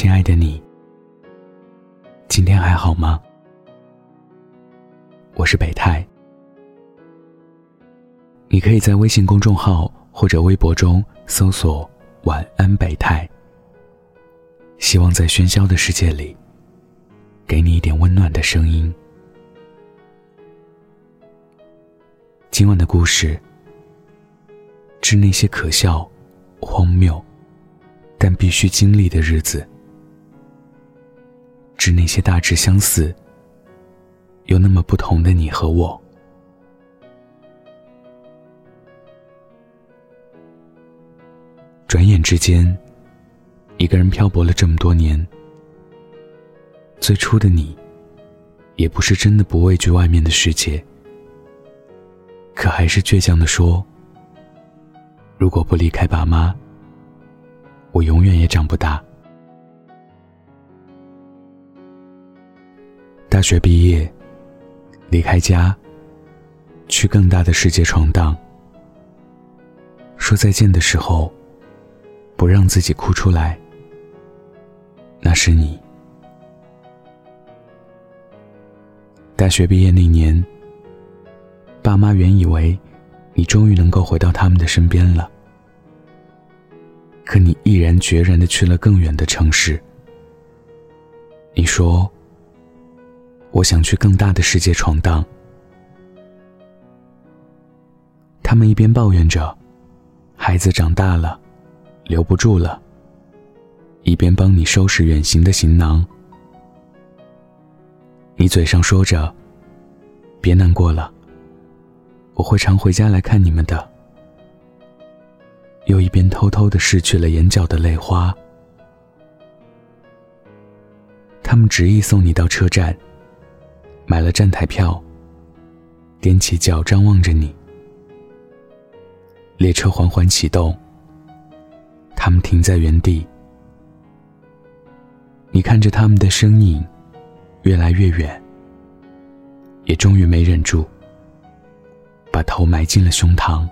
亲爱的你，今天还好吗？我是北太，你可以在微信公众号或者微博中搜索晚安北太，希望在喧嚣的世界里给你一点温暖的声音。今晚的故事，致那些可笑、荒谬但必须经历的日子，致那些大致相似又那么不同的你和我。转眼之间，一个人漂泊了这么多年，最初的你也不是真的不畏惧外面的世界，可还是倔强地说，如果不离开爸妈，我永远也长不大。大学毕业，离开家，去更大的世界闯荡。说再见的时候，不让自己哭出来，那是你。大学毕业那年，爸妈原以为你终于能够回到他们的身边了，可你毅然决然地去了更远的城市。你说，我想去更大的世界闯荡。他们一边抱怨着孩子长大了留不住了，一边帮你收拾远行的行囊。你嘴上说着别难过了，我会常回家来看你们的，又一边偷偷地拭去了眼角的泪花。他们执意送你到车站，买了站台票，踮起脚张望着你。列车缓缓启动，他们停在原地。你看着他们的身影越来越远，也终于没忍住，把头埋进了胸膛。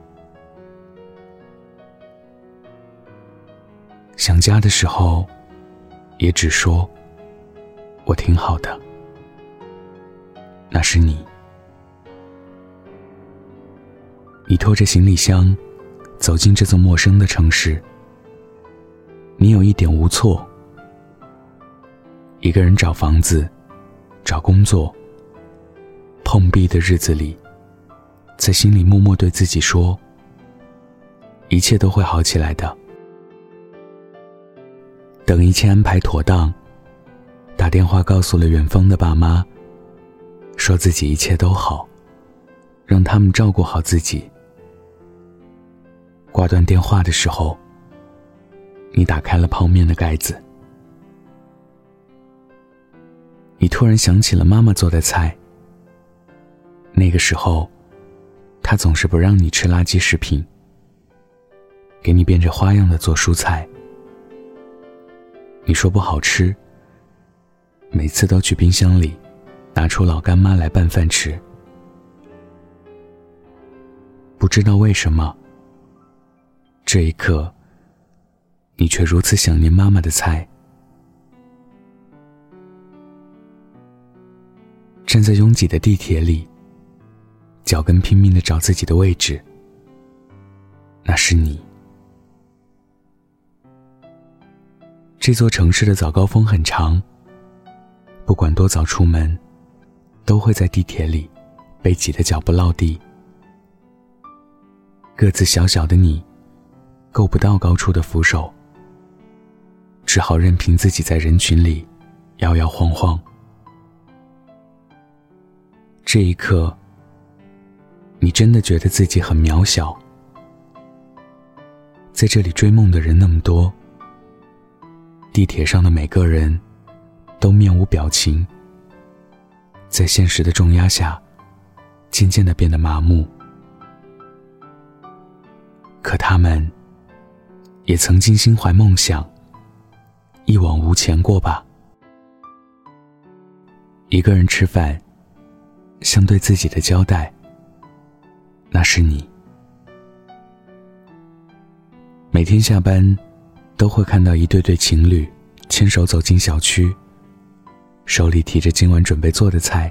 想家的时候，也只说我挺好的，那是你。你拖着行李箱走进这座陌生的城市，你有一点无措，一个人找房子，找工作，碰壁的日子里，在心里默默对自己说，一切都会好起来的。等一切安排妥当，打电话告诉了远方的爸妈，说自己一切都好，让他们照顾好自己。挂断电话的时候，你打开了泡面的盖子。你突然想起了妈妈做的菜。那个时候，她总是不让你吃垃圾食品，给你变着花样的做蔬菜。你说不好吃，每次都去冰箱里拿出老干妈来拌饭吃。不知道为什么，这一刻，你却如此想念妈妈的菜。站在拥挤的地铁里，脚跟拼命地找自己的位置，那是你。这座城市的早高峰很长，不管多早出门，都会在地铁里被挤得脚不落地。个子小小的你，够不到高处的扶手，只好任凭自己在人群里摇摇晃晃。这一刻，你真的觉得自己很渺小。在这里追梦的人那么多，地铁上的每个人都面无表情，在现实的重压下，渐渐地变得麻木。可他们也曾经心怀梦想，一往无前过吧。一个人吃饭，像对自己的交代，那是你。每天下班都会看到一对对情侣牵手走进小区，手里提着今晚准备做的菜。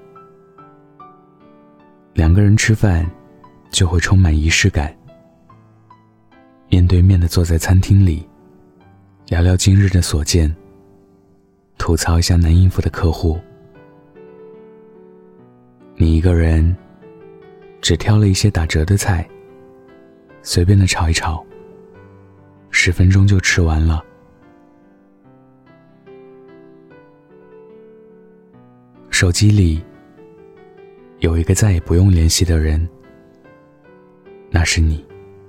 两个人吃饭就会充满仪式感，面对面地坐在餐厅里，聊聊今日的所见，吐槽一下难应付的客户。你一个人只挑了一些打折的菜，随便的炒一炒，10分钟就吃完了。手机里有一个再也不用联系的人，那是你。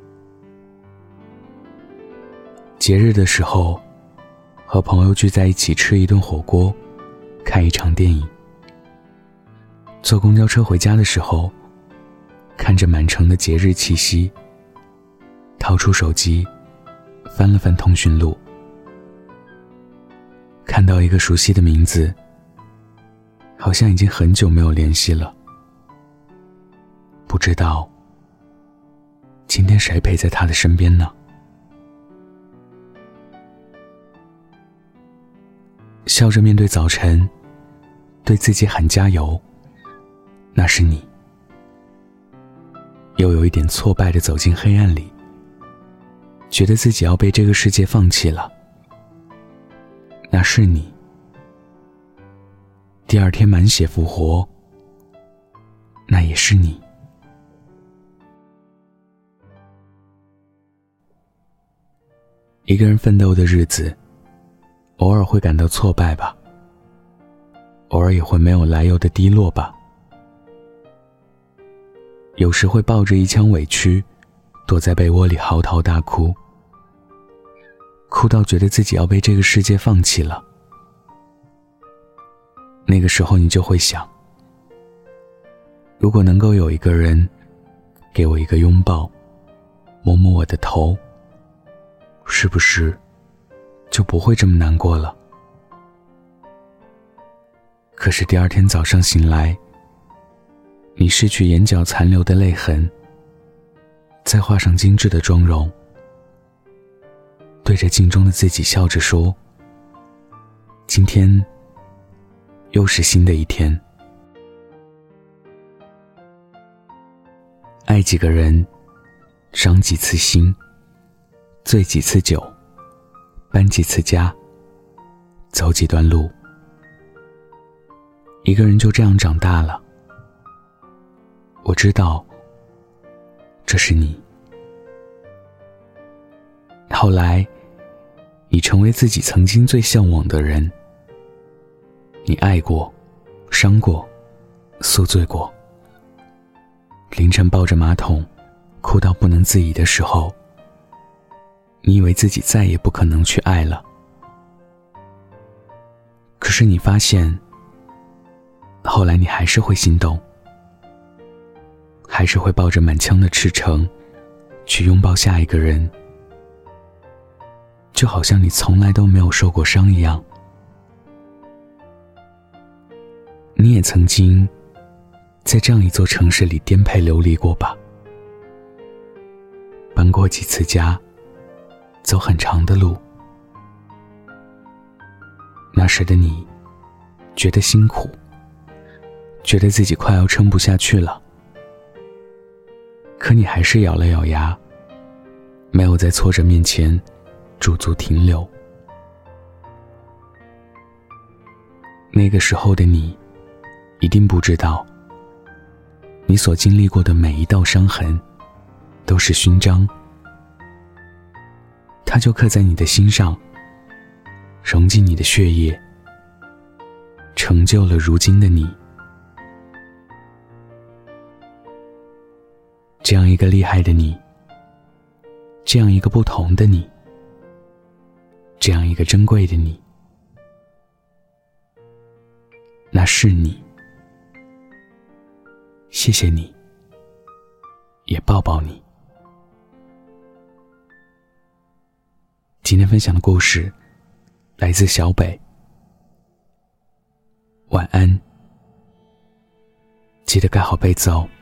节日的时候，和朋友聚在一起吃一顿火锅，看一场电影。坐公交车回家的时候，看着满城的节日气息，掏出手机翻了翻通讯录，看到一个熟悉的名字，好像已经很久没有联系了。不知道今天谁陪在他的身边呢？笑着面对早晨，对自己喊加油，那是你。又有一点挫败地走进黑暗里，觉得自己要被这个世界放弃了，那是你。第二天满血复活，那也是你。一个人奋斗的日子，偶尔会感到挫败吧，偶尔也会没有来由的低落吧。有时会抱着一腔委屈，躲在被窝里嚎啕大哭，哭到觉得自己要被这个世界放弃了。那个时候你就会想，如果能够有一个人给我一个拥抱，摸摸我的头，是不是就不会这么难过了？可是第二天早上醒来，你拭去眼角残留的泪痕，再画上精致的妆容，对着镜中的自己笑着说，今天又是新的一天。爱几个人，伤几次心，醉几次酒，搬几次家，走几段路。一个人就这样长大了。我知道，这是你。后来，你成为自己曾经最向往的人。你爱过，伤过，宿醉过。凌晨抱着马桶，哭到不能自已的时候，你以为自己再也不可能去爱了。可是你发现，后来你还是会心动，还是会抱着满腔的赤诚去拥抱下一个人，就好像你从来都没有受过伤一样。你也曾经在这样一座城市里颠沛流离过吧，搬过几次家，走很长的路。那时的你觉得辛苦，觉得自己快要撑不下去了，可你还是咬了咬牙，没有在挫折面前驻足停留。那个时候的你一定不知道，你所经历过的每一道伤痕都是勋章，它就刻在你的心上，融进你的血液，成就了如今的你。这样一个厉害的你，这样一个不同的你，这样一个珍贵的你，那是你。谢谢你，也抱抱你。今天分享的故事来自小北。晚安，记得盖好被子哦。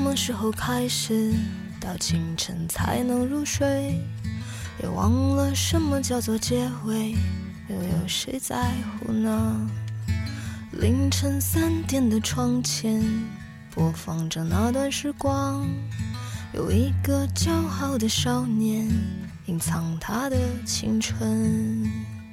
么时候开始，到清晨才能入睡，也忘了什么叫做结尾，又有谁在乎呢？凌晨3点的窗前播放着那段时光，有一个骄傲的少年隐藏他的青春。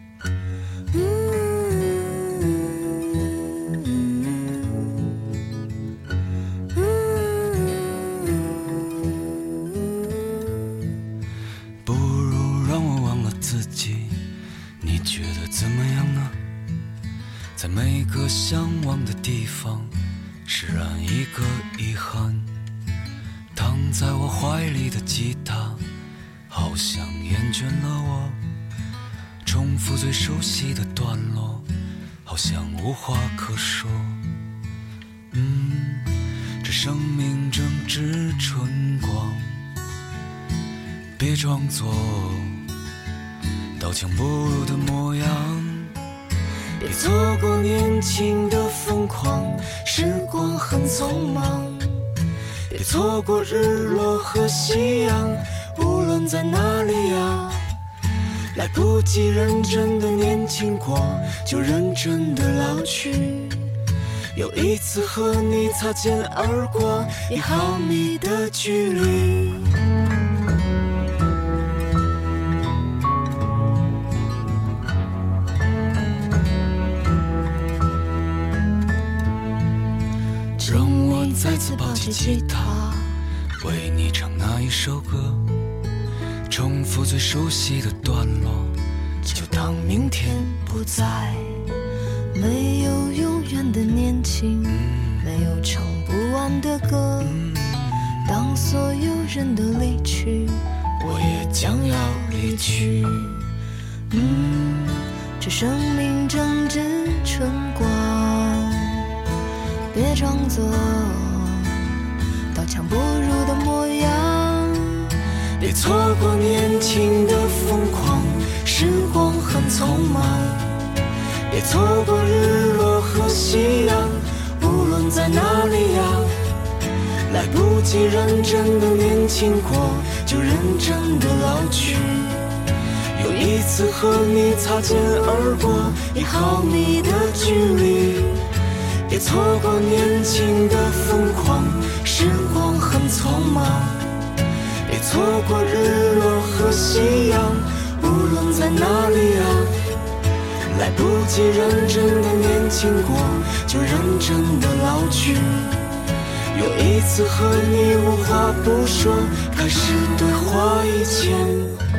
不如让我忘了自己，你觉得怎么样呢？在每个向往的地方释然一个遗憾，躺在我怀里的吉他好像厌倦了我，重复最熟悉的段落好像无话可说。这生命正值春光，别装作刀枪不入的模样，别错过年轻的疯狂，时光很匆忙，别错过日落和夕阳，无论在哪里啊，来不及认真的年轻过，就认真的老去。有一次和你擦肩而过，1毫米的距离。让我再次抱起吉他，为你唱那一首歌，重复最熟悉的段落，就当明天不在。 没有永远的年轻，没有唱不完的歌，当所有人都离去， 我也将要离去。 这生命正值春光，别装作刀枪不入的模样， 别错过年轻的疯狂，时光很匆忙，别错过日落和夕阳，无论在哪里啊，来不及认真的年轻过，就认真的老去。有一次和你擦肩而过，1毫米的距离，别错过年轻的疯狂，时光很匆忙，别错过日落和夕阳，无论在哪里啊，来不及认真的年轻过，就认真的老去。有一次和你无话不说，开始对话以前